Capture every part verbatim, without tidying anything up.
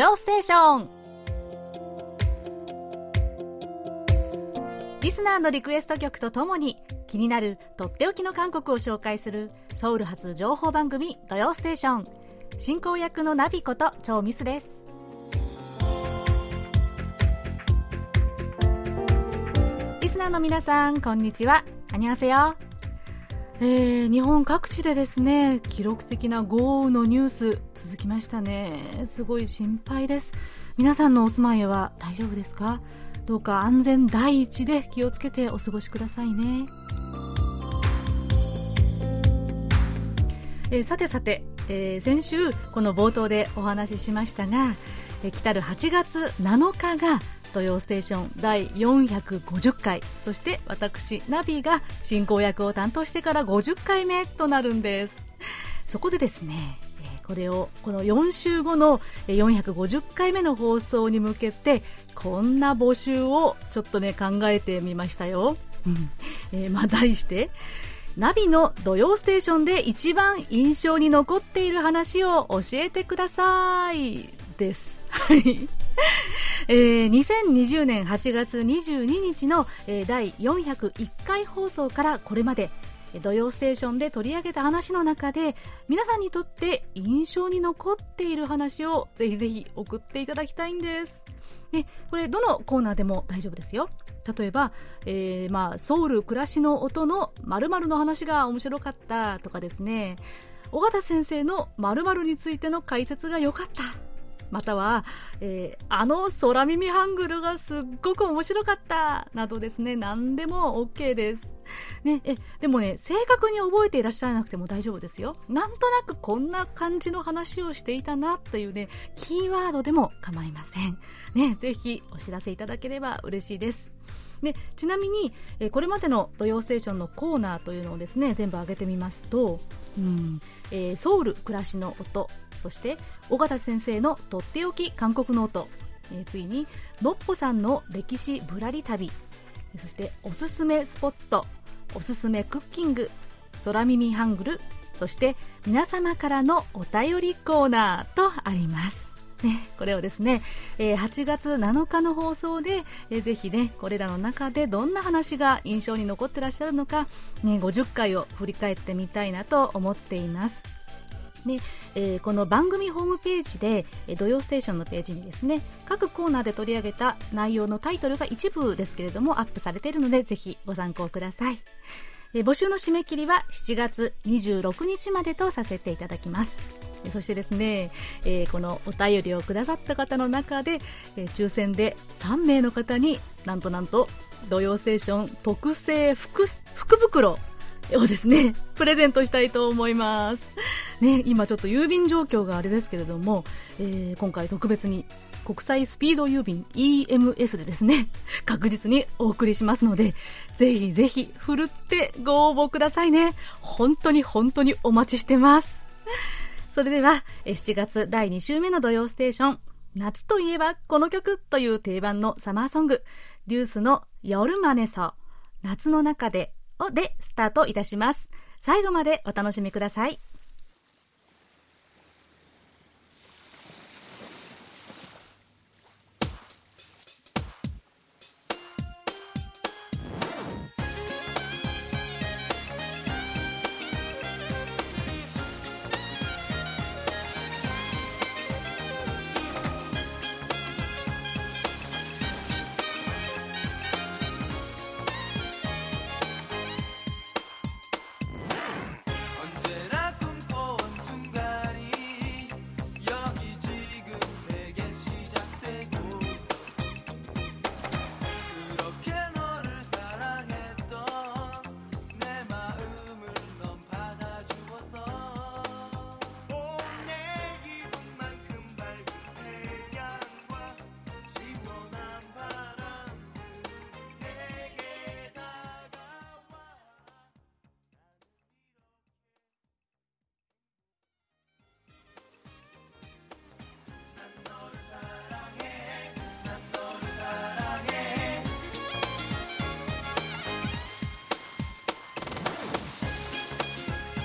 曜ステーション。リスナーのリクエスト曲とともに気になるとっておきの韓国を紹介するソウル発情報番組土曜ステーション。進行役のナビことチョウミスです。リスナーの皆さん、こんにちは。アニョンセヨ。えー、日本各地でですね、記録的な豪雨のニュース続きましたね。すごい心配です。皆さんのお住まいは大丈夫ですか？どうか安全第一で気をつけてお過ごしくださいね。えー、さてさて、えー、先週この冒頭でお話ししましたが、えー、来たるはちがつなのかが土曜ステーションだいよんひゃくごじゅっかい、そして私ナビが進行役を担当してからごじゅっかいめとなるんです。そこでですね、これをこのよんしゅうごのよんひゃくごじゅっかいめの放送に向けてこんな募集をちょっとね考えてみましたよ。うんえー、まあ題してナビの土曜ステーションで一番印象に残っている話を教えてくださいです。えー、にせんにじゅうねんはちがつにじゅうににちの、えー、だいよんひゃくいっかい放送からこれまで土曜ステーションで取り上げた話の中で皆さんにとって印象に残っている話をぜひぜひ送っていただきたいんです。でこれどのコーナーでも大丈夫ですよ。例えば、えーまあ、ソウル暮らしの音の〇〇の話が面白かったとかですね、尾形先生の〇〇についての解説が良かった、または、えー、あの空耳ハングルがすっごく面白かったなどですね、何でも OK です、ね、えでもね正確に覚えていらっしゃらなくても大丈夫ですよ。なんとなくこんな感じの話をしていたなというねキーワードでも構いません、ね、ぜひお知らせいただければ嬉しいです。でちなみに、えー、これまでの土曜ステーションのコーナーというのをですね全部上げてみますと、うんえー、ソウル暮らしの音、そして尾形先生のとっておき韓国ノート、えー、次にのっぽさんの歴史ぶらり旅、そしておすすめスポット、おすすめクッキング、空耳ハングル、そして皆様からのお便りコーナーとありますね。これをですね、えー、はちがつなのかの放送で、えー、ぜひねこれらの中でどんな話が印象に残ってらっしゃるのか、ね、ごじゅっかいを振り返ってみたいなと思っています。でえー、この番組ホームページで、えー、土曜ステーションのページにですね各コーナーで取り上げた内容のタイトルが一部ですけれどもアップされているのでぜひご参考ください。えー、募集の締め切りはしちがつにじゅうろくにちまでとさせていただきます。そしてですね、えー、このお便りをくださった方の中で、えー、抽選でさんめいの方になんとなんと土曜ステーション特製 福, 福袋をですねプレゼントしたいと思います、ね、今ちょっと郵便状況があれですけれども、えー、今回特別に国際スピード郵便 イーエムエス でですね確実にお送りしますのでぜひぜひふるってご応募くださいね。本当に本当にお待ちしてます。それではしちがつだいにしゅうめの土曜ステーション、夏といえばこの曲という定番のサマーソング、デュースの여름안에서夏の中ででスタートいたします。最後までお楽しみください。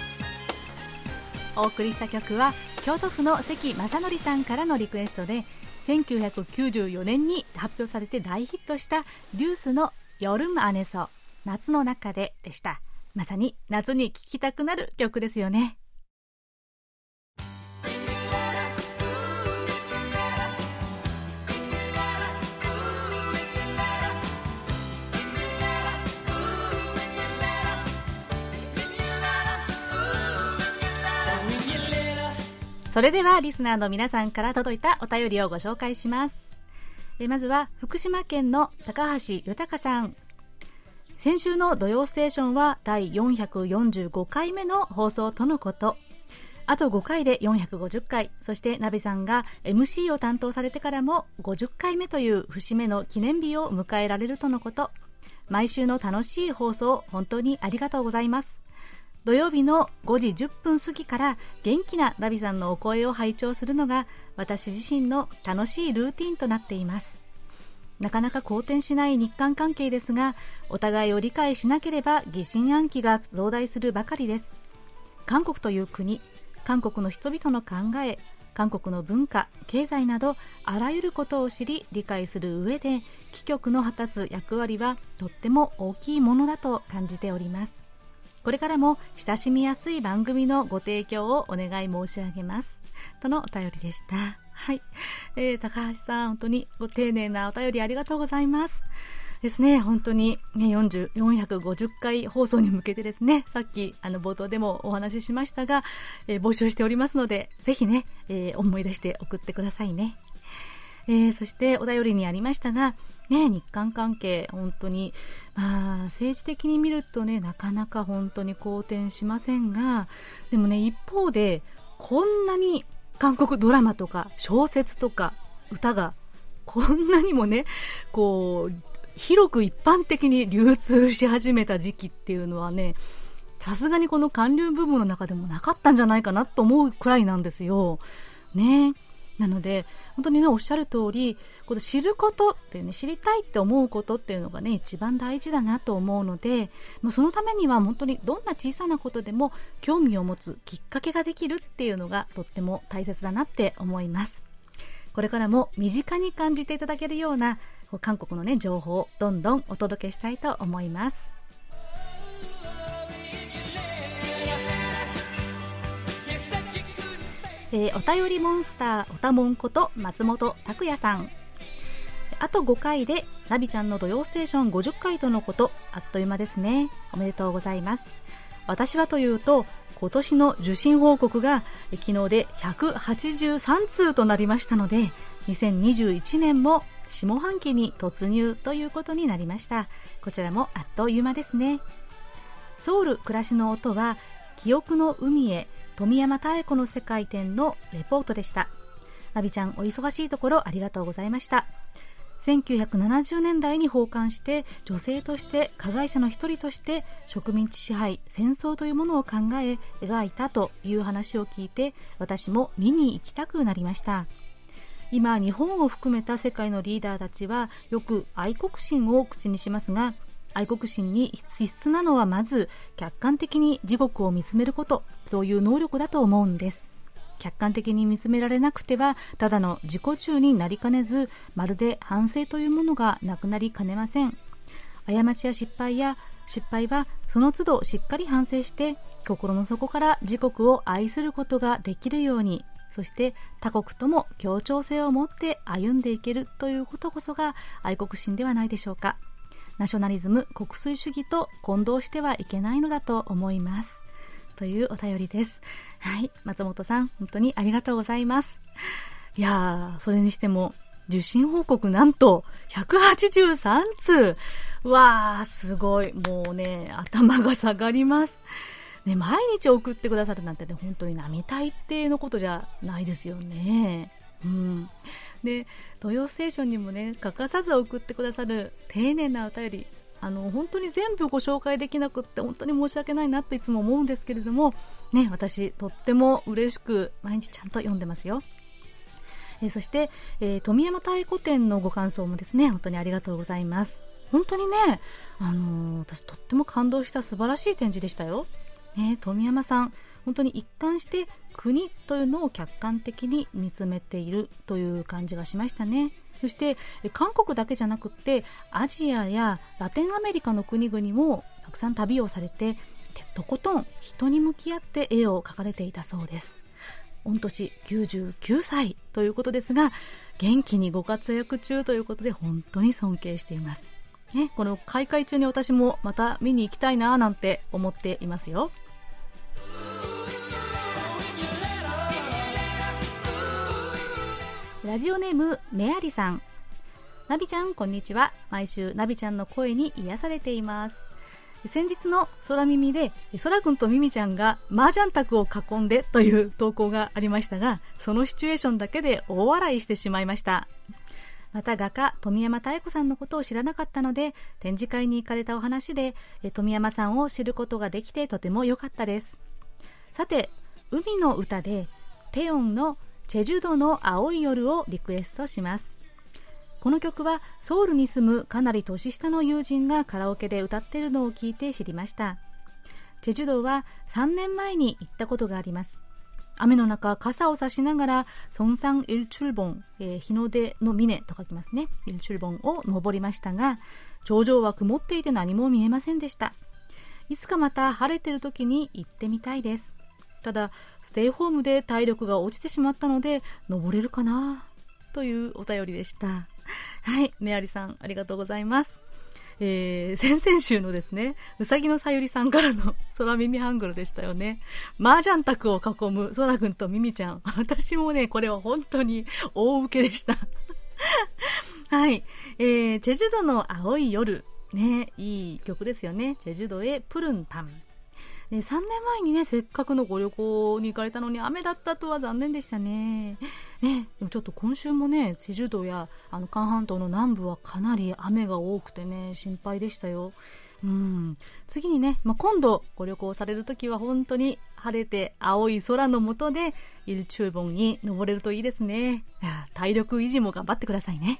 お送りした曲は京都府の関正則さんからのリクエストでせんきゅうひゃくきゅうじゅうよねんに発表されて大ヒットしたデュースの여름 안에서夏の中ででした。まさに夏に聴きたくなる曲ですよね。それではリスナーの皆さんから届いたお便りをご紹介します。えまずは福島県の高橋豊さん。先週の土曜ステーションはだいよんひゃくよんじゅうごかいめの放送とのこと。あとごかいでよんひゃくごじゅっかい、そしてナビさんが エムシー を担当されてからもごじゅっかいめという節目の記念日を迎えられるとのこと。毎週の楽しい放送本当にありがとうございます。土曜日のごじじゅっぷん過ぎから元気なナビさんのお声を拝聴するのが私自身の楽しいルーティンとなっています。なかなか好転しない日韓関係ですが、お互いを理解しなければ疑心暗鬼が増大するばかりです。韓国という国、韓国の人々の考え、韓国の文化、経済などあらゆることを知り理解する上で、貴局の果たす役割はとっても大きいものだと感じております。これからも親しみやすい番組のご提供をお願い申し上げますとのお便りでした。はい、えー、高橋さん、本当にご丁寧なお便りありがとうございますですね。本当に、ね、よんじゅう、よんひゃくごじゅっかい放送に向けてですね、さっきあの冒頭でもお話ししましたが、えー、募集しておりますので、ぜひね、えー、思い出して送ってくださいね。えー、そしてお便りにありましたが、ね、日韓関係本当に、まあ、政治的に見るとね、なかなか本当に好転しませんが、でもね、一方でこんなに韓国ドラマとか小説とか歌がこんなにもね、こう広く一般的に流通し始めた時期っていうのはね、さすがにこの韓流ブームの中でもなかったんじゃないかなと思うくらいなんですよね。なので本当にね、おっしゃる通り、この知ることっていうね、知りたいって思うことっていうのがね、一番大事だなと思うので、もうそのためには本当にどんな小さなことでも興味を持つきっかけができるっていうのがとっても大切だなって思います。これからも身近に感じていただけるような韓国のね、情報をどんどんお届けしたいと思います。えー、お便りモンスターおたもんこと松本拓也さん。あとごかいでナビちゃんの土曜ステーションごじゅっかいとのこと。あっという間ですね。おめでとうございます。私はというと、今年の受信報告が昨日でひゃくはちじゅうさんつうとなりましたので、にせんにじゅういちねんも下半期に突入ということになりました。こちらもあっという間ですね。ソウル暮らしの音は記憶の海へ富山妙子の世界展のレポートでした。ナビちゃん、お忙しいところありがとうございました。せんきゅうひゃくななじゅうねんだいに訪韓して女性として加害者の一人として植民地支配、戦争というものを考え描いたという話を聞いて、私も見に行きたくなりました。今日本を含めた世界のリーダーたちはよく愛国心を口にしますが、愛国心に必須なのはまず客観的に自国を見つめること、そういう能力だと思うんです。客観的に見つめられなくてはただの自己中になりかねず、まるで反省というものがなくなりかねません。過ちや失敗や失敗はその都度しっかり反省して、心の底から自国を愛することができるように、そして他国とも協調性を持って歩んでいけるということこそが愛国心ではないでしょうか。ナショナリズム、国粋主義と混同してはいけないのだと思います。というお便りです。はい、松本さん、本当にありがとうございます。いやー、それにしても受信報告なんとひゃくはちじゅうさんつう。わー、すごい。もうね、頭が下がります。ね、毎日送ってくださるなんてね、本当に並大抵のことじゃないですよね。うん。で、土曜ステーションにもね、欠かさず送ってくださる丁寧なお便り、あの本当に全部ご紹介できなくって本当に申し訳ないなといつも思うんですけれどもね、私とっても嬉しく毎日ちゃんと読んでますよ。えー、そして、えー、富山太鼓展のご感想もですね、本当にありがとうございます。本当にね、あのー、私とっても感動した素晴らしい展示でしたよ。ね、富山さん本当に一貫して国というのを客観的に見つめているという感じがしましたね。そして韓国だけじゃなくってアジアやラテンアメリカの国々もたくさん旅をされて、とことん人に向き合って絵を描かれていたそうです。御年きゅうじゅうきゅうさいということですが、元気にご活躍中ということで本当に尊敬しています、ね、この開会中に私もまた見に行きたいななんて思っていますよ。ラジオネームメアリさん、ナビちゃんこんにちは。毎週ナビちゃんの声に癒されています。先日の空耳で空くんとミミちゃんが麻雀卓を囲んでという投稿がありましたが、そのシチュエーションだけで大笑いしてしまいました。また画家富山妙子さんのことを知らなかったので、展示会に行かれたお話で富山さんを知ることができてとても良かったです。さて、海の歌でテオンのチェジュ島の青い夜をリクエストします。この曲はソウルに住むかなり年下の友人がカラオケで歌っているのを聞いて知りました。チェジュ島はさんねんまえに行ったことがあります。雨の中傘を差しながらソンサンイルチュルボン、えー、日の出の峰と書きますね、イルチュルボンを登りましたが、頂上は曇っていて何も見えませんでした。いつかまた晴れてる時に行ってみたいです。ただステイホームで体力が落ちてしまったので登れるかなというお便りでした。はい、メアリさんありがとうございます。えー、先々週のですね、うさぎのさゆりさんからの空耳ハングルでしたよね。麻雀卓を囲む空くんとミミちゃん、私もねこれは本当に大受けでしたはい、えー、チェジュ島の青い夜ね、いい曲ですよね。チェジュ島へプルンタンね、さんねんまえにねせっかくのご旅行に行かれたのに雨だったとは残念でしたね。ね、でもちょっと今週もねチェジュ島やあの韓半島の南部はかなり雨が多くてね心配でしたよ。うん、次にね、まあ、今度ご旅行されるときは本当に晴れて青い空の下でイルチューボンに登れるといいですね。いや体力維持も頑張ってくださいね。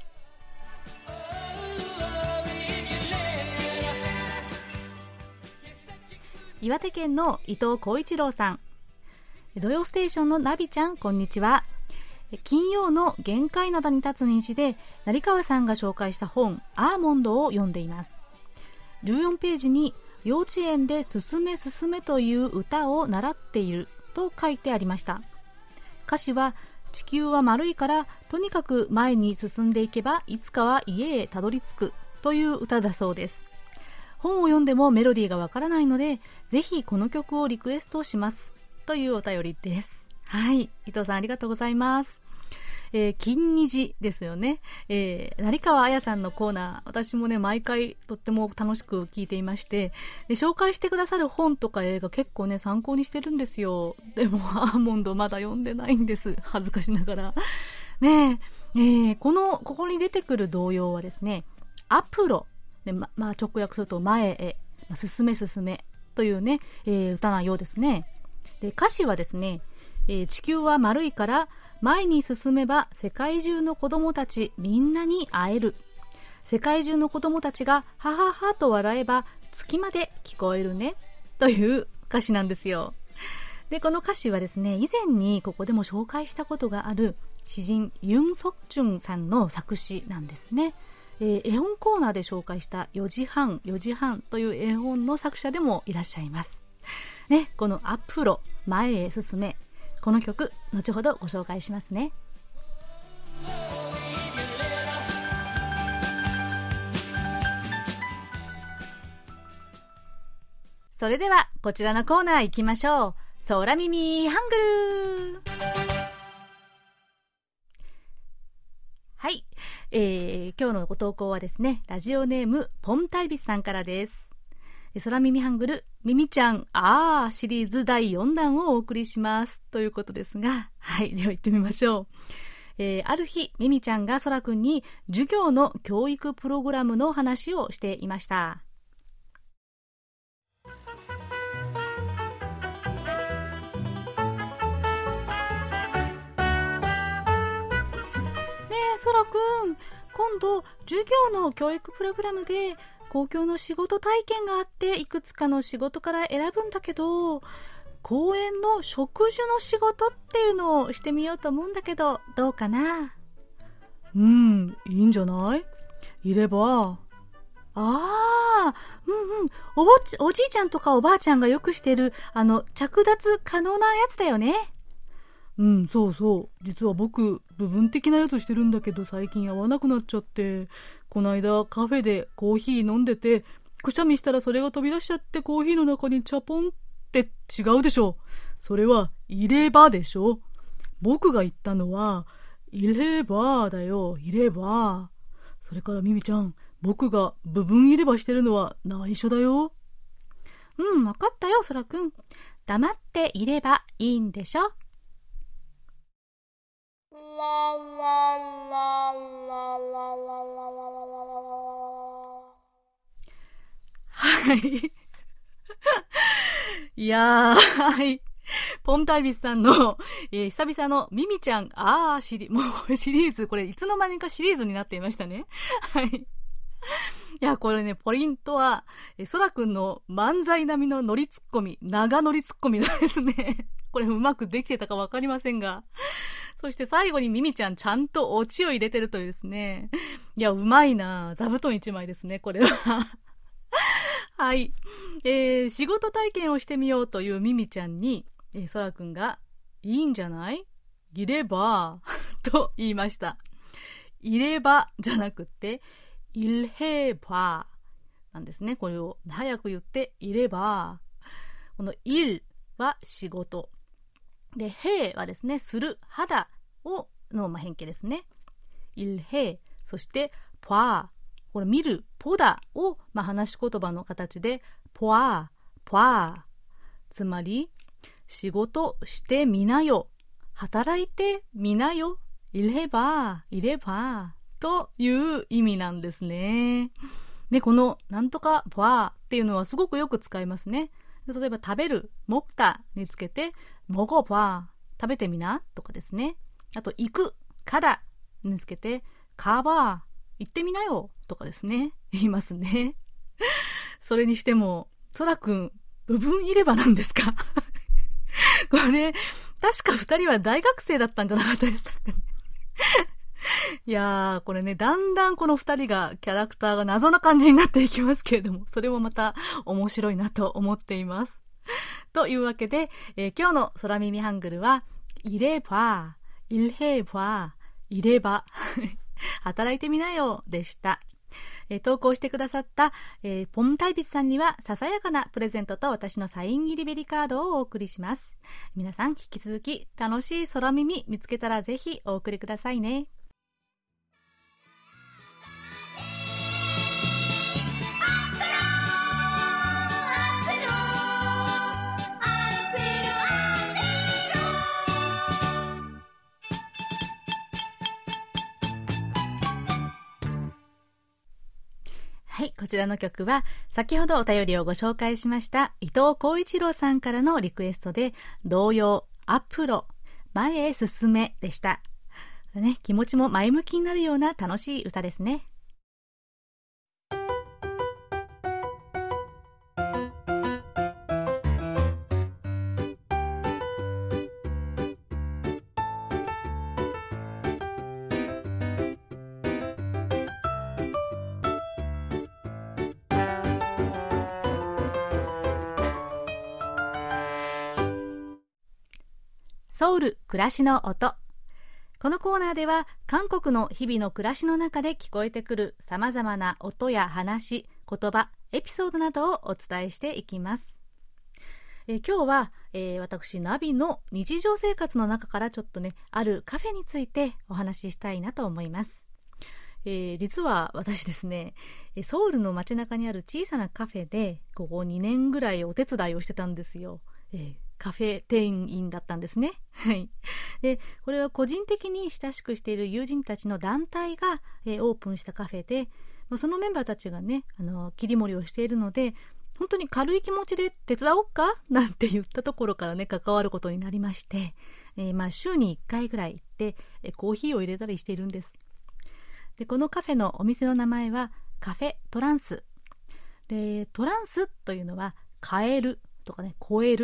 岩手県の伊藤浩一郎さん、土曜ステーションのナビちゃんこんにちは。金曜の限界灘に立つ虹で成川さんが紹介した本アーモンドを読んでいます。じゅうよんページに幼稚園で進め進めという歌を習っていると書いてありました。歌詞は地球は丸いからとにかく前に進んでいけばいつかは家へたどり着くという歌だそうです。本を読んでもメロディーがわからないのでぜひこの曲をリクエストしますというお便りです。はい、伊藤さんありがとうございます。えー、金虹ですよね、えー、成川彩さんのコーナー、私もね毎回とっても楽しく聞いていまして、で紹介してくださる本とか映画結構ね参考にしてるんですよ。でもアーモンドまだ読んでないんです、恥ずかしながらねえ、えー、このここに出てくる童謡はですね、アプロで、ままあ、直訳すると前へ、まあ、進め進めというね、えー、歌なようですね。で歌詞はですね、えー、地球は丸いから前に進めば世界中の子供たちみんなに会える。世界中の子供たちがはははと笑えば月まで聞こえるねという歌詞なんですよ。でこの歌詞はですね、以前にここでも紹介したことがある詩人ユン・ソクチュンさんの作詞なんですね。えー、絵本コーナーで紹介したよじはんよじはんという絵本の作者でもいらっしゃいますね。このアプロ前へ進め、この曲後ほどご紹介しますね。それではこちらのコーナー行きましょう。空耳ハングル。はい、えー、今日のご投稿はですね、ラジオネームポンタイビスさんからです。空耳ハングルミミちゃんあーシリーズだいよんだんをお送りしますということですが、はい、では行ってみましょう。えー、ある日ミミちゃんが空くんに授業の教育プログラムの話をしていました。空くん、今度授業の教育プログラムで公共の仕事体験があっていくつかの仕事から選ぶんだけど、 公園の植樹の仕事っていうのをしてみようと思うんだけど、どうかな？うん、いいんじゃない？いれば。ああ、うんうん。おぼち、おじいちゃんとかおばあちゃんがよくしてる、あの、着脱可能なやつだよね。うん、そうそう。実は僕、部分的なやつしてるんだけど、最近合わなくなっちゃって、こないだカフェでコーヒー飲んでて、くしゃみしたらそれが飛び出しちゃってコーヒーの中にチャポンって違うでしょ。それは入れ歯でしょ。僕が言ったのは入れ歯だよ、入れ歯。それからミミちゃん、僕が部分入れ歯してるのは内緒だよ。うん、わかったよ、そらくん。黙っていればいいんでしょ。はい。いやー、はい。ポンタイビスさんの、えー、久々のミミちゃん、あーシリ、もうシリーズ、これいつの間にかシリーズになっていましたね。はい。いや、これね、ポイントは、えー、ソラくんの漫才並みのノリツッコミ、長ノリツッコミなんですね。これうまくできてたかわかりませんが。そして最後にミミちゃんちゃんとオチを入れてるというですね。いや、うまいな。座布団一枚ですね、これは。はい、えー。仕事体験をしてみようというミミちゃんに、えー、ソラくんが、いいんじゃない？入れ歯と言いました。入れ歯じゃなくて、入れ歯なんですね。これを早く言って、入れ歯。このilは仕事。で、へはですね、する、肌をの、まあ、変形ですね。ilへ、そして、ぽあ、これ見る、ポダを、まあ、話し言葉の形で、ぽあ、ぽあ。つまり、仕事してみなよ。働いてみなよ。いれば、いれば。という意味なんですね。で、この、なんとか、ぽあっていうのはすごくよく使いますね。例えば、食べる、もった、につけて、もごば、食べてみな、とかですね。あと、行く、かだ、につけて、かば、行ってみなよ、とかですね。言いますね。それにしても、そらくん、部分入れ歯なんですか？これ、確か二人は大学生だったんじゃなかったでしたかね。いやー、これね、だんだんこの二人が、キャラクターが謎な感じになっていきますけれども、それもまた面白いなと思っています。というわけで、えー、今日の空耳ハングルは、いれば、いれば、いれば、働いてみなよでした。えー、投稿してくださった、えー、ポンタイビスさんにはささやかなプレゼントと私のサイン入りベリカードをお送りします。皆さん引き続き楽しい空耳見つけたらぜひお送りくださいね。はい、こちらの曲は先ほどお便りをご紹介しました伊藤浩一郎さんからのリクエストで、童謡アプロ前へ進めでした、ね、気持ちも前向きになるような楽しい歌ですね。ソウル暮らしの音。このコーナーでは韓国の日々の暮らしの中で聞こえてくるさまざまな音や話、言葉、エピソードなどをお伝えしていきます。えー、今日は、えー、私ナビの日常生活の中からちょっとね、あるカフェについてお話ししたいなと思います。えー、実は私ですね、ソウルの街中にある小さなカフェでここにねんぐらいお手伝いをしてたんですよ。えーカフェ店員だったんですね。はい。で、これは個人的に親しくしている友人たちの団体が、えー、オープンしたカフェで、そのメンバーたちがね、あの切り盛りをしているので、本当に軽い気持ちで手伝おうかなんて言ったところからね、関わることになりまして、えー、まあ週にいっかいぐらい行って、えー、コーヒーを入れたりしているんです。で、このカフェのお店の名前はカフェトランスで、トランスというのは変えるとかね、超える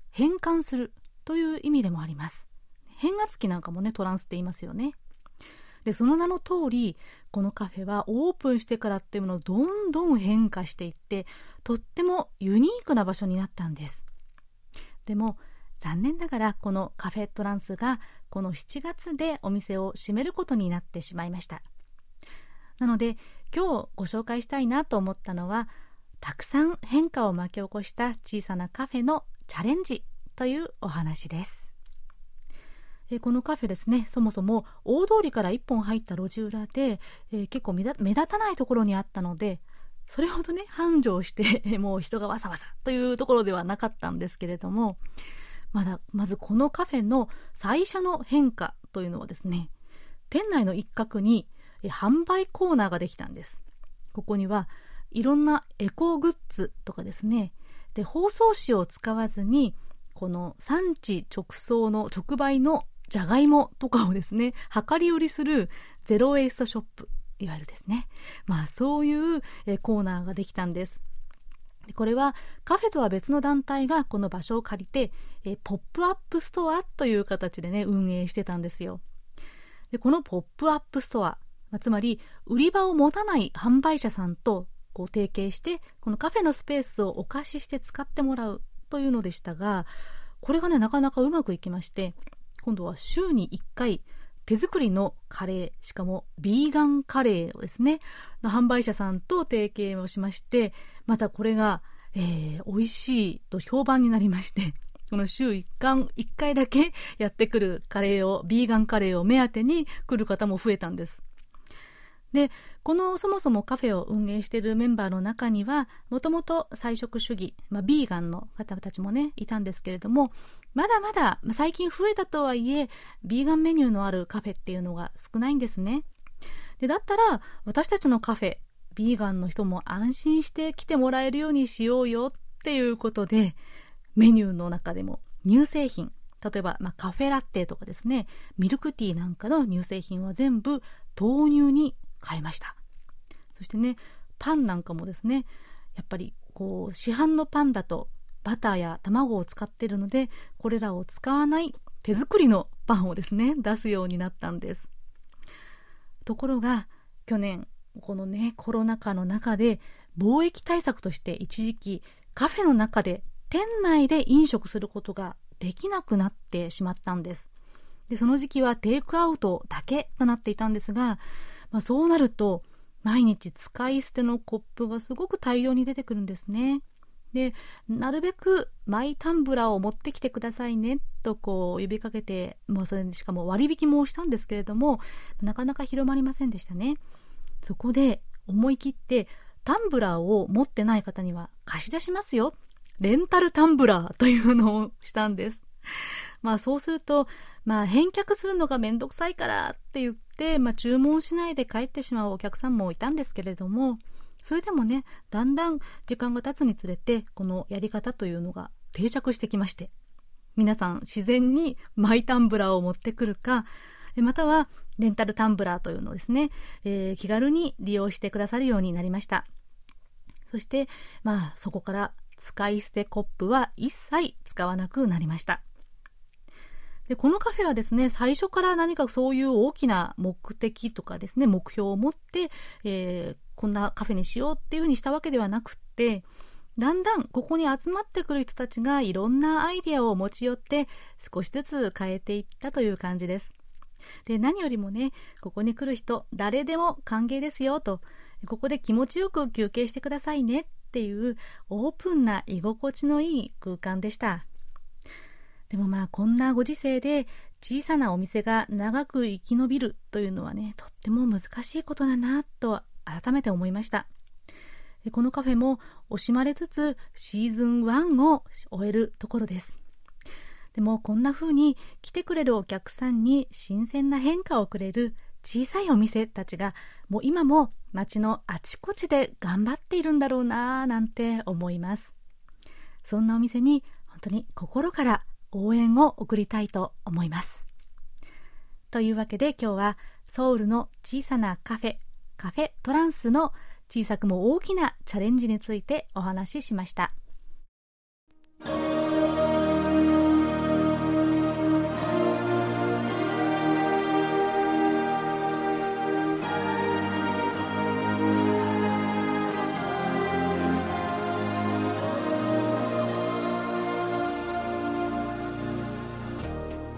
変換するという意味でもあります。変圧器なんかもね、トランスって言いますよね。で、その名の通り、このカフェはオープンしてからっていうものをどんどん変化していって、とってもユニークな場所になったんです。でも残念ながらこのカフェトランスがこのしちがつでお店を閉めることになってしまいました。なので今日ご紹介したいなと思ったのは、たくさん変化を巻き起こした小さなカフェのチャレンジというお話です。えこのカフェですね、そもそも大通りから一本入った路地裏で、えー、結構目立、目立たないところにあったので、それほどね繁盛してもう人がわさわさというところではなかったんですけれども、まだまずこのカフェの最初の変化というのはですね、店内の一角に販売コーナーができたんです。ここにはいろんなエコグッズとかですね、で包装紙を使わずにこの産地直送の直売のじゃがいもとかをですね量り売りするゼロウェイストショップ、いわゆるですね、まあそういうコーナーができたんです。これはカフェとは別の団体がこの場所を借りてえポップアップストアという形でね運営してたんですよ。でこのポップアップストア、まあ、つまり売り場を持たない販売者さんとこう提携してこのカフェのスペースをお貸しして使ってもらうというのでしたが、これがねなかなかうまくいきまして、今度は週にいっかい手作りのカレー、しかもビーガンカレーをですねの販売者さんと提携をしまして、またこれが、えー、美味しいと評判になりまして、この週いっかいだけやってくるカレーを、ビーガンカレーを目当てに来る方も増えたんです。でこのそもそもカフェを運営しているメンバーの中にはもともと菜食主義、まあ、ビーガンの方たちもねいたんですけれども、まだまだ最近増えたとはいえビーガンメニューのあるカフェっていうのが少ないんですね。でだったら私たちのカフェ、ビーガンの人も安心して来てもらえるようにしようよっていうことで、メニューの中でも乳製品、例えば、まあ、カフェラテとかですね、ミルクティーなんかの乳製品は全部豆乳に変えました。そしてね、パンなんかもですね、やっぱりこう市販のパンだとバターや卵を使っているので、これらを使わない手作りのパンをですね出すようになったんです。ところが去年このねコロナ禍の中で防疫対策として一時期カフェの中で店内で飲食することができなくなってしまったんです。でその時期はテイクアウトだけとなっていたんですが、まあ、そうなると毎日使い捨てのコップがすごく大量に出てくるんですね。でなるべくマイタンブラーを持ってきてくださいねとこう呼びかけて、もうそれにしかも割引もしたんですけれども、なかなか広まりませんでしたね。そこで思い切ってタンブラーを持ってない方には貸し出しますよ、レンタルタンブラーというのをしたんです。まあそうすると、まあ、返却するのがめんどくさいからって言って、まあ、注文しないで帰ってしまうお客さんもいたんですけれども、それでもねだんだん時間が経つにつれてこのやり方というのが定着してきまして、皆さん自然にマイタンブラーを持ってくるか、またはレンタルタンブラーというのをですね、えー、気軽に利用してくださるようになりました。そしてまあそこから使い捨てコップは一切使わなくなりました。でこのカフェはですね、最初から何かそういう大きな目的とかですね目標を持って、えー、こんなカフェにしようっていうふうにしたわけではなくって、だんだんここに集まってくる人たちがいろんなアイデアを持ち寄って少しずつ変えていったという感じです。で何よりもね、ここに来る人誰でも歓迎ですよと、ここで気持ちよく休憩してくださいねっていうオープンな居心地のいい空間でした。でもまあこんなご時世で小さなお店が長く生き延びるというのはね、とっても難しいことだなと改めて思いました。でこのカフェも惜しまれつつシーズンワンを終えるところです。でもこんな風に来てくれるお客さんに新鮮な変化をくれる小さいお店たちがもう今も街のあちこちで頑張っているんだろうななんて思います。そんなお店に本当に心から応援を送りたいと思います。というわけで今日はソウルの小さなカフェ、カフェトランスの小さくも大きなチャレンジについてお話ししました。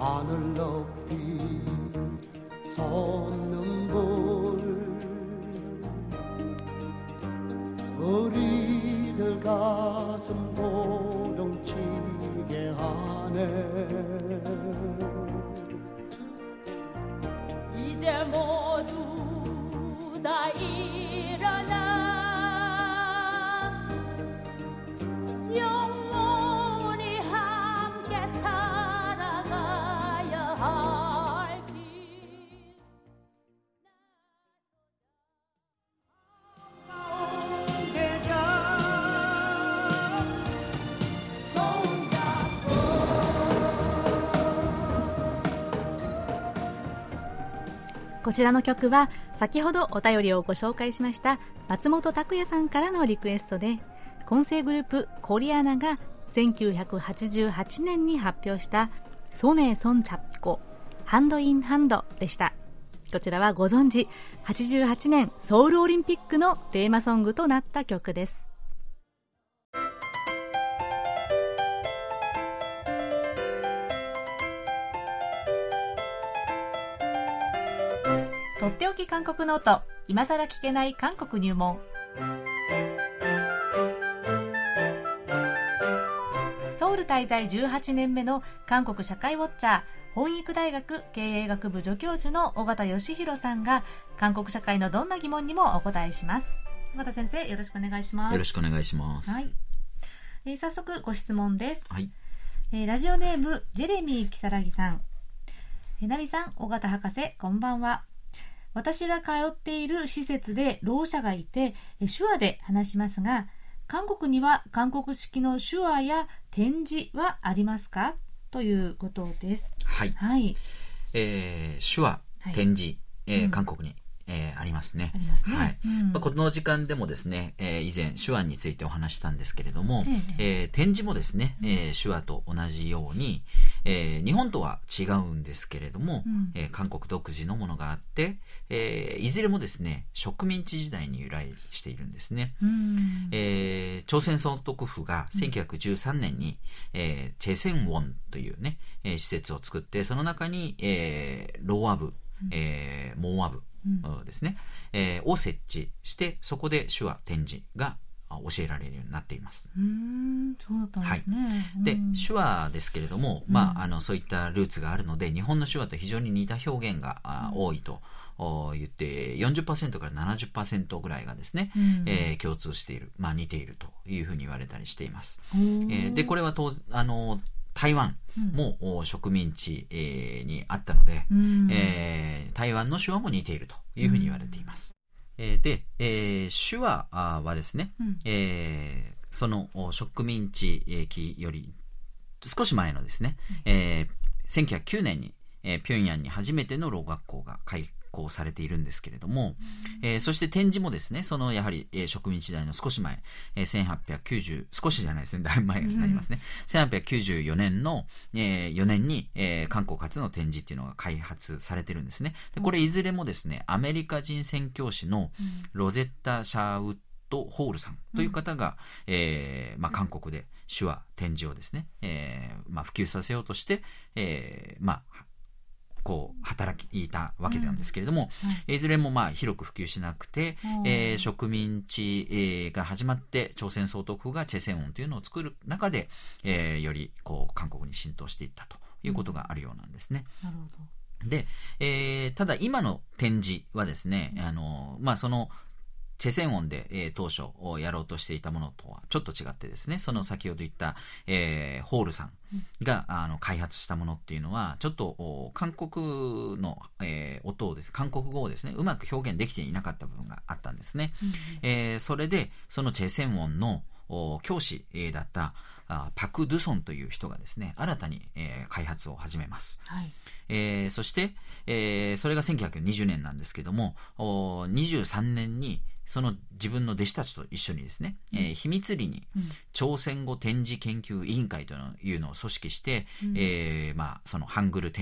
하늘 높이 솟는 불 우리들 가슴 도동치게 하네 이제 모두 다 일어나 영원히 함께 살아가야 할 길 こちらの曲は先ほどお便りをご紹介しました松本拓也さんからのリクエストで、混声グループコリアナがせんきゅうひゃくはちじゅうはちねんに発表したソネソンチャッコハンドインハンドでした。こちらはご存知はちじゅうはちねんソウルオリンピックのテーマソングとなった曲です。とっておき韓国ノート、今さら聞けない韓国入門。ソウル滞在じゅうはちねんめの韓国社会ウォッチャー、本育大学経営学部助教授の尾形義弘さんが韓国社会のどんな疑問にもお答えします。尾形先生、よろしくお願いします。 よろしくお願いします。 はい、えー、早速ご質問です。 はい、 えー、ラジオネームジェレミー木更木さん、えー、ナミさん、尾形博士、こんばんは。私が通っている施設でろう者がいて手話で話しますが、韓国には韓国式の手話や点字はありますかということです。 はい、 はい、 えー、手話、点字、はい、えーうん、韓国に、えー、ありますね。 ありますね。 はい、 うん、 まあ、この時間でもですね、えー、以前手話についてお話したんですけれども、えーえー、点字もですね、えー、手話と同じように、えー、日本とは違うんですけれども、うん、えー、韓国独自のものがあって、えー、いずれもですね植民地時代に由来しているんですね。うん、えー、朝鮮総督府がせんきゅうひゃくじゅうさんねんに、えー、チェセンウォンというね、えー、施設を作って、その中に、えー、ローア部、えー、モーア部ですね、えー、を設置して、そこで手話点字が教えられるようになっています。 うーん、そうだったんですね。はい、 で、手話ですけれども、まあ、あのそういったルーツがあるので、日本の手話と非常に似た表現が多いと言って、よんじゅっパーセント から ななじゅっパーセント ぐらいがですね、うんえー、共通している、まあ、似ているというふうに言われたりしています。えー、でこれは当あの台湾も、うん、植民地、えー、にあったので、うんえー、台湾の手話も似ているというふうに言われています。うんえー、で、えー、手話はですね、うんえー、その植民地期より少し前のですね、うんえー、せんきゅうひゃくきゅうねんに、えー、平壌に初めてのろう学校が開校されているんですけれども、うんえー、そして点字もですね、そのやはり、えー、植民地時代の少し前、えー、せんはっぴゃくきゅうじゅう少しじゃないですね、だいぶ前になりますね、うん、せんはっぴゃくきゅうじゅうよねんの、えー、よねんに、えー、韓国初の点字っていうのが開発されてるんですね。でこれいずれもですね、アメリカ人宣教師のロゼッタ・シャーウッド・ホールさんという方が、うんえーまあ、韓国で手話点字をですね、えーまあ、普及させようとして、えー、まあこう働いたわけなんですけれども、うんはい、いずれもまあ広く普及しなくて、えー、植民地が始まって朝鮮総督府がチェセンウォンというのを作る中で、えー、よりこう韓国に浸透していったということがあるようなんですね。 うん、なるほど。 で、えー、ただ今の点字はですね、うん、あのまあそのチェセンウォンで、えー、当初やろうとしていたものとはちょっと違ってですね、その先ほど言った、えー、ホールさんが、うん、あの開発したものっていうのはちょっと韓国の、えー、音をです韓国語をですねうまく表現できていなかった部分があったんですね。うんえー、それでそのチェセンウォンの教師だったパク・ドゥソンという人がですね新たに、えー、開発を始めます。はいえー、そして、えー、それがせんきゅうひゃくにじゅうねんなんですけども、にじゅうさんねんにその自分の弟子たちと一緒にですね、うんえー、秘密裏に朝鮮語点字研究委員会というのを組織して、うんえーまあ、そのハングル点字の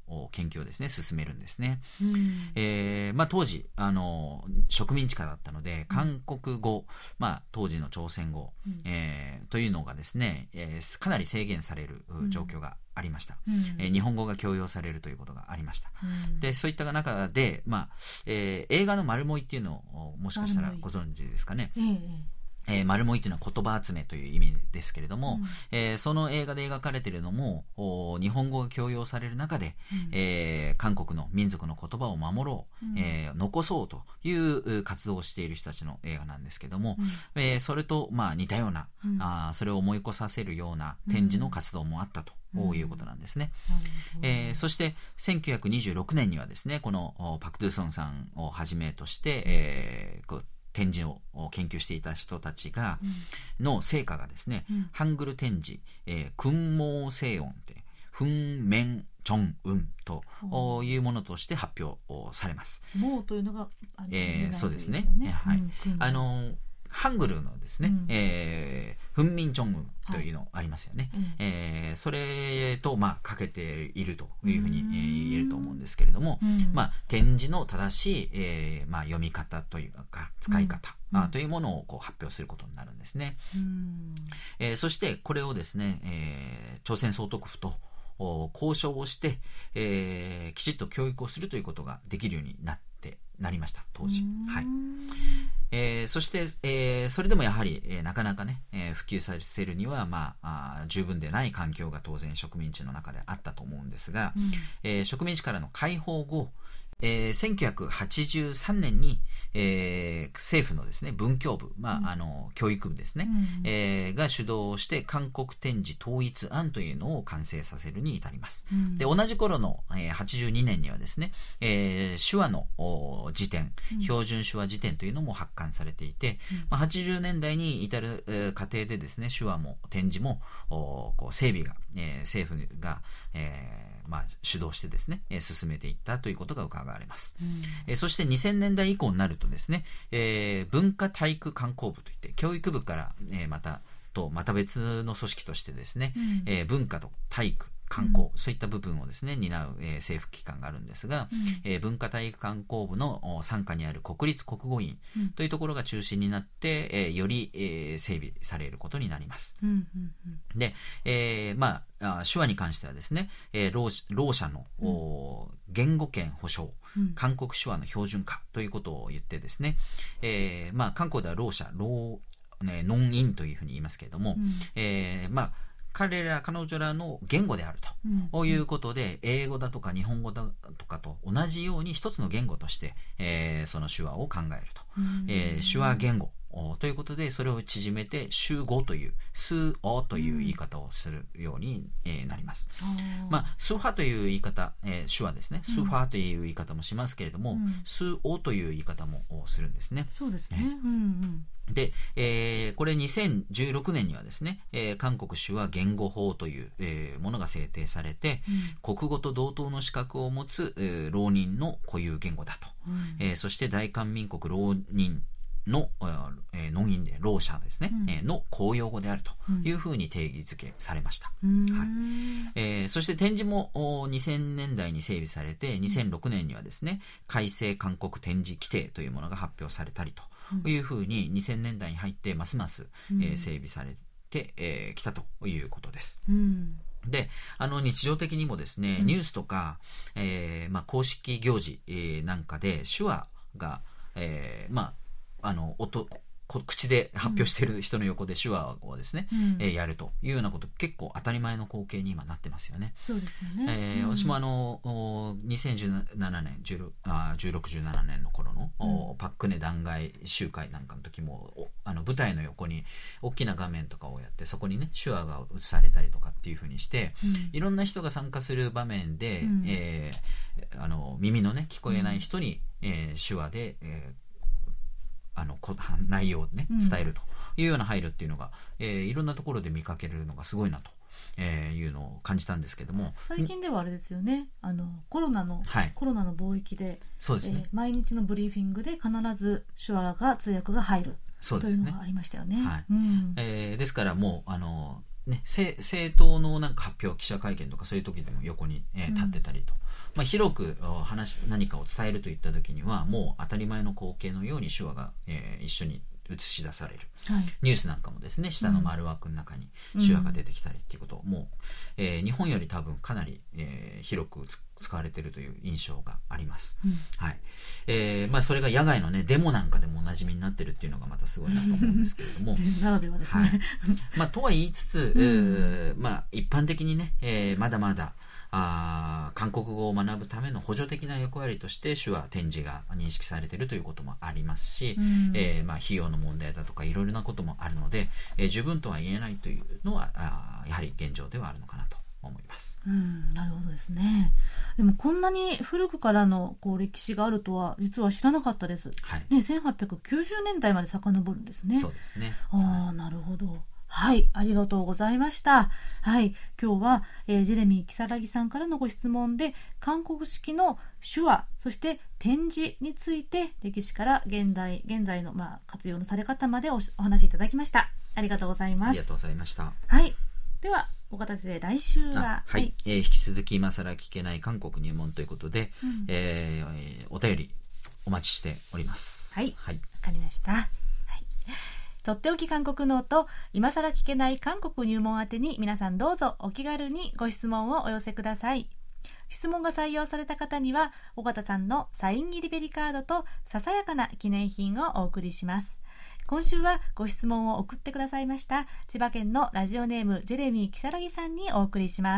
研究をですね進めるんですね。 うんえーまあ、当時あの植民地下だったので韓国語、まあ、当時の朝鮮語、 うんえーというのがですね、えーかなり制限される状況がありました、 うんえー日本語が強要されるということがありました。 うんでそういった中で、まあえー映画の丸もいっていうのをもしかしたらご存知ですかね。 えええー、丸もいというのは言葉集めという意味ですけれども、 うんえーその映画で描かれているのもお日本語が強要される中で、 うんえー韓国の民族の言葉を守ろう、 うんえー残そうという活動をしている人たちの映画なんですけども、 うんえーそれとまあ似たような、 うんあーそれを思い起こさせるような展示の活動もあったということなんですね。 なるほどえーそしてせんきゅうひゃくにじゅうろくねんにはですねこのおパク・ドゥソンさんをはじめとして、えーこう展示を研究していた人たちが、の成果がですね、 うんハングル展示、えー、訓毛聖音って訓面チョンウンとうんいうものとして発表されます。 もうというのがあのえーそうですね願いというかはいうんうんあのハングルのですね、 うんえー、フンミンチョンウンというのありますよね、 はいえーそれと、まあ、かけているというふうに、えうんー言えると思うんですけれども、 うんまあ、展示の正しい、えーまあ、読み方というか使い方、 うんあというものをこう発表することになるんですね、 うんえーそしてこれをですね、えー朝鮮総督府とお交渉をして、えーきちっと教育をするということができるようになってなりました当時、 うんはいえーそして、えーそれでもやはり、えーなかなかね、えー普及させるには、まあ、あー十分でない環境が当然植民地の中であったと思うんですが、 うんえー植民地からの解放後、えーせんきゅうひゃくはちじゅうさんねんに、えー政府のですね文教部、まあうんあの教育部ですね、 うんえーが主導して韓国展示統一案というのを完成させるに至ります。 うんで同じ頃の、えーはちじゅうにねんにはですね、えー手話のお辞典、 うん標準手話辞典というのも発刊されていて、 うんまあ、はちじゅうねんだいに至る、えー過程でですね手話も展示もおこう整備が、えー政府が、えーまあ、主導してですね、えー進めていったということが伺われます。 うんえーそしてにせんねんだい以降になるとですね、えー文化体育観光部といって教育部から、えーまたとまた別の組織としてですね、 うんえー文化と体育観光、 うんそういった部分をですね担う、えー政府機関があるんですが、 うんえー文化体育観光部のお傘下にある国立国語院うんというところが中心になって、えーより、えー整備されることになります。 うんうんで、えーまあ、あ手話に関してはですね、えー、ろうろう者の、お言語権保障、 うん韓国手話の標準化ということを言ってですね、えーまあ、韓国ではろう者、ろう、ね、ノンインというふうに言いますけれども、 うんえーまあ、彼ら、彼女らの言語であると。 うんこういうことで英語だとか日本語だとかと同じように一つの言語として、えーその手話を考えると、 うんえー手話言語おということでそれを縮めて手語という数おという言い方をするように、えーなります。 あーまあ、スーファという言い方、えー手話ですね、スーファという言い方もしますけれども、 うんスオという言い方もするんですね。 そうですね、 ねうんうんで、えーこれにせんじゅうろくねんにはですね、えー韓国手話言語法という、えーものが制定されて、国語と同等の資格を持つ、えー浪人の固有言語だと、 うんえーそして大韓民国浪人の、えー、農民で浪者ですね、 うんえーの公用語であるというふうに定義づけされました。 うんはいえーそして展示もおにせんねんだいに整備されてにせんろくねんにはですね改正韓国展示規定というものが発表されたりというふうににせんねんだいに入ってますます、 うんえー整備されてき、えー来たということです。 うんであの日常的にもですね、 うんニュースとか、えーまあ、公式行事、えーなんかで手話が、えーまあ、あの音こ口で発表している人の横で手話をですね、 うんえーやるというようなこと結構当たり前の光景に今なってますよね。 そうですよね、 えーうん私もあのおにせんじゅうななねんじゅうろくあじゅうろく、じゅうななねんの頃の、おうんパックネ弾劾集会なんかの時もおあの舞台の横に大きな画面とかをやってそこにね手話が映されたりとかっていう風にして、 うんいろんな人が参加する場面で、 うんえーあの耳のね聞こえない人に、えー手話で、えーあのこ内容をねうん伝えるというような配慮っていうのが、えーいろんなところで見かけるのがすごいなと、えーいうのを感じたんですけども、 最近ではあれですよね、あのコロナの、 はいコロナの貿易で、 そうですね、 えー毎日のブリーフィングで必ず手話が通訳が入るそうですねというのがありましたよね。 はいうんえーですからもうあのね、政, 政党のなんか発表記者会見とかそういう時でも横に、えー、立ってたりと、うん、まあ、広く話何かを伝えるといった時にはもう当たり前の光景のように手話が、えー、一緒に映し出される、はい、ニュースなんかもですね、下の丸枠の中に手話が出てきたりっていうことを、うん、もう、えー、日本より多分かなり、えー、広く使われているという印象があります、うん、はい、えーまあ、それが野外の、ね、デモなんかでもおなじみになってるっていうのがまたすごいなと思うんですけれどもならではですね、はい、 まあ、とは言いつつ、うん、えーまあ、一般的にね、えー、まだまだあ韓国語を学ぶための補助的な役割として手話点字が認識されているということもありますし、うん、えーまあ、費用の問題だとかいろいろなこともあるので、えー、十分とは言えないというのはあやはり現状ではあるのかなと思います、 うん、なるほどですね。でもこんなに古くからのこう歴史があるとは実は知らなかったです、はい、ね、せんはっぴゃくきゅうじゅうねんだいまで遡るんですね。 そうですね。 あ、はい、なるほど。はい、ありがとうございました。はい、今日は、えー、ジェレミー・如月さんからのご質問で韓国式の手話そして点字について歴史から現代、現在の、まあ、活用のされ方まで お, お話しいただきました。ありがとうございます。 ありがとうございました。 はい、では岡田先生、来週は、 はいはい、えー、引き続き今更聞けない韓国入門ということで、うん、えー、お便りお待ちしております。 はい、はい、わかりました。はい、とっておき韓国ノート、今更聞けない韓国入門宛てに皆さんどうぞお気軽にご質問をお寄せください。質問が採用された方には尾形さんのサイン入りベリカードとささやかな記念品をお送りします。今週はご質問を送ってくださいました千葉県のラジオネームジェレミー・如月さんにお送りします。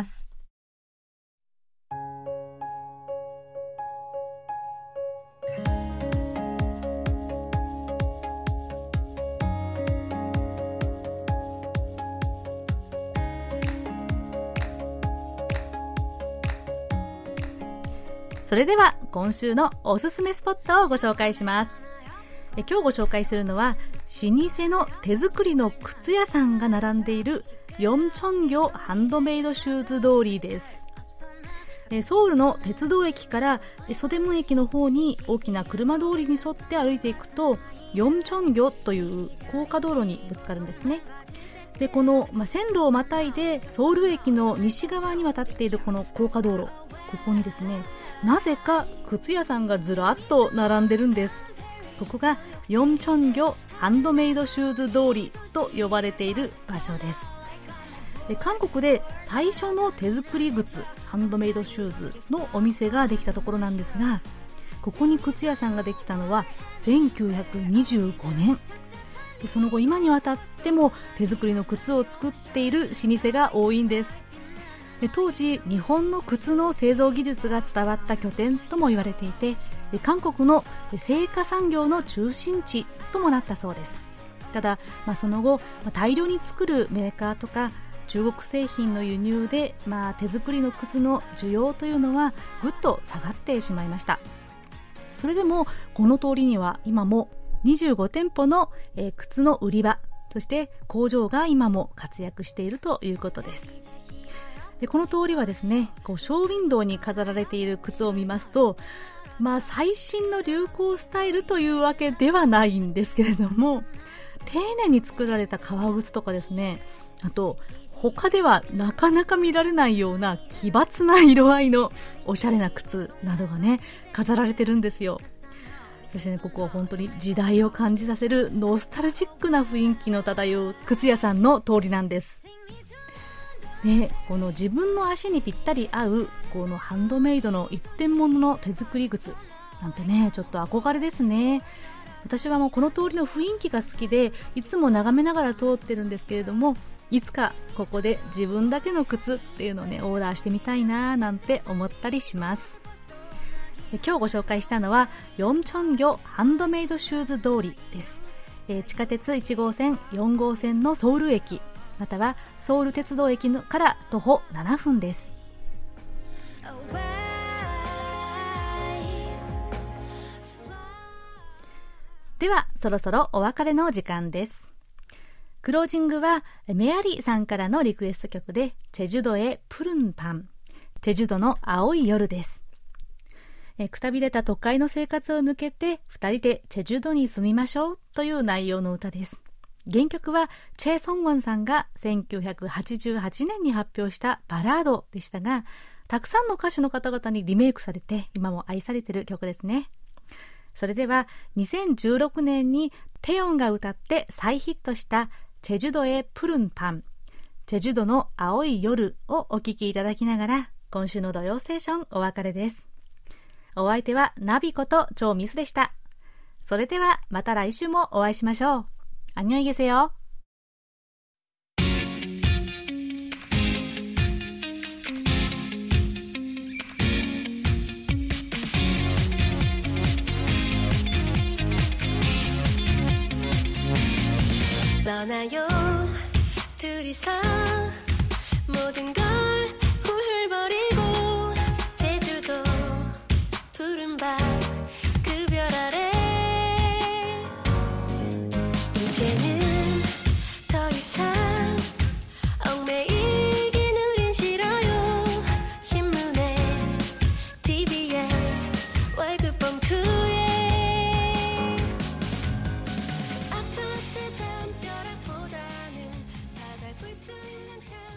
それでは今週のおすすめスポットをご紹介します。え今日ご紹介するのは老舗の手作りの靴屋さんが並んでいるヨムチョンギョハンドメイドシューズ通りです。えソウルの鉄道駅からソデムン駅の方に大きな車通りに沿って歩いていくとヨムチョンギョという高架道路にぶつかるんですね。でこの、まあ、線路をまたいでソウル駅の西側に渡っているこの高架道路、ここにですね、なぜか靴屋さんがずらっと並んでるんです。ここがヨムチョンギョハンドメイドシューズ通りと呼ばれている場所です。で韓国で最初の手作り靴ハンドメイドシューズのお店ができたところなんですが、ここに靴屋さんができたのはせんきゅうひゃくにじゅうごねんで、その後今にわたっても手作りの靴を作っている老舗が多いんです。で当時日本の靴の製造技術が伝わった拠点とも言われていて、韓国の製菓産業の中心地ともなったそうです。ただ、まあ、その後、まあ、大量に作るメーカーとか中国製品の輸入で、まあ、手作りの靴の需要というのはぐっと下がってしまいました。それでもこの通りには今もにじゅうごてんぽの、えー、靴の売り場、そして工場が今も活躍しているということです。でこの通りはですね、こうショーウィンドウに飾られている靴を見ますと、まあ、最新の流行スタイルというわけではないんですけれども、丁寧に作られた革靴とかですね、あと他ではなかなか見られないような奇抜な色合いのおしゃれな靴などがね飾られてるんですよ。そしてね、ここは本当に時代を感じさせるノスタルジックな雰囲気の漂う靴屋さんの通りなんです。でこの自分の足にぴったり合うこのハンドメイドの一点物の手作り靴なんてね、ちょっと憧れですね。私はもうこの通りの雰囲気が好きでいつも眺めながら通ってるんですけれども、いつかここで自分だけの靴っていうのをねオーダーしてみたいななんて思ったりします。で今日ご紹介したのはヨムチョンギョハンドメイドシューズ通りです。え地下鉄いち号線よん号線のソウル駅またはソウル鉄道駅のから徒歩ななふんです。ではそろそろお別れの時間です。クロージングはメアリーさんからのリクエスト曲でチェジュドへプルンパン、チェジュドの青い夜です。えくたびれた都会の生活を抜けてふたりでチェジュドに住みましょうという内容の歌です。 原曲はチェ・ソンウォンさんがせんきゅうひゃくはちじゅうはちねんに発表したバラードでしたが、たくさんの歌手の方々にリメイクされて今も愛されている曲ですね。それではにせんじゅうろくねんにテヨンが歌って再ヒットしたチェジュドへプルンパン、チェジュドの青い夜をお聴きいただきながら、今週の土曜ステーションお別れです。お相手はナビことチョウミスでした。それではまた来週もお会いしましょう。안녕히 계세요。 떠나요 둘이서 모든 걸 훌훌거리고 제주도 푸른 밤 그 별 아래 이제는 더 이상 얽매이긴 우린 싫어요. 신문에 티비에 월급 봉투에 아파트 담벼락보다는 바다를 볼 수 있는 참